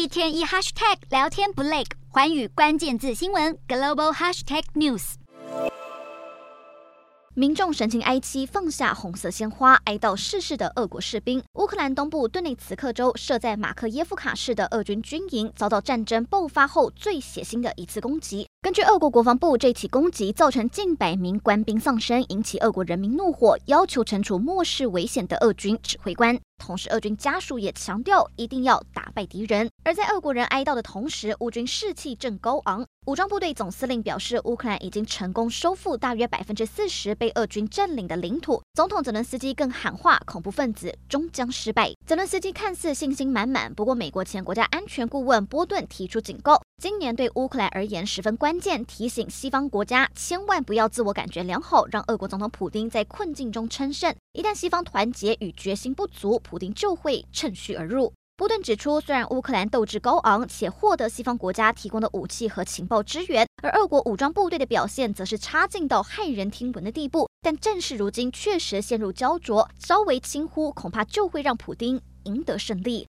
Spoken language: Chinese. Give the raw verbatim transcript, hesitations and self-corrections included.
一天一 hashtag 聊天不累，寰宇关键字新闻 global hashtag news。民众神情哀戚，放下红色鲜花，哀悼逝世的俄国士兵。乌克兰东部顿内茨克州设在马克耶夫卡市的俄军军营，遭到战争爆发后最血腥的一次攻击。根据俄国国防部，这起攻击造成近百名官兵丧生，引起俄国人民怒火，要求惩处漠视危险的俄军指挥官。同时，俄军家属也强调一定要打败敌人。而在俄国人哀悼的同时，乌军士气正高昂。武装部队总司令表示，乌克兰已经成功收复大约百分之四十被俄军占领的领土。总统泽伦斯基更喊话，恐怖分子终将失败。泽伦斯基看似信心满满，不过美国前国家安全顾问波顿提出警告，今年对乌克兰而言十分关键，提醒西方国家千万不要自我感觉良好，让俄国总统普丁在困境中称胜。一旦西方团结与决心不足，普丁就会趁虚而入。波顿指出，虽然乌克兰斗志高昂，且获得西方国家提供的武器和情报支援，而俄国武装部队的表现则是差劲到骇人听闻的地步，但战事如今确实陷入焦灼，稍微轻忽，恐怕就会让普丁赢得胜利。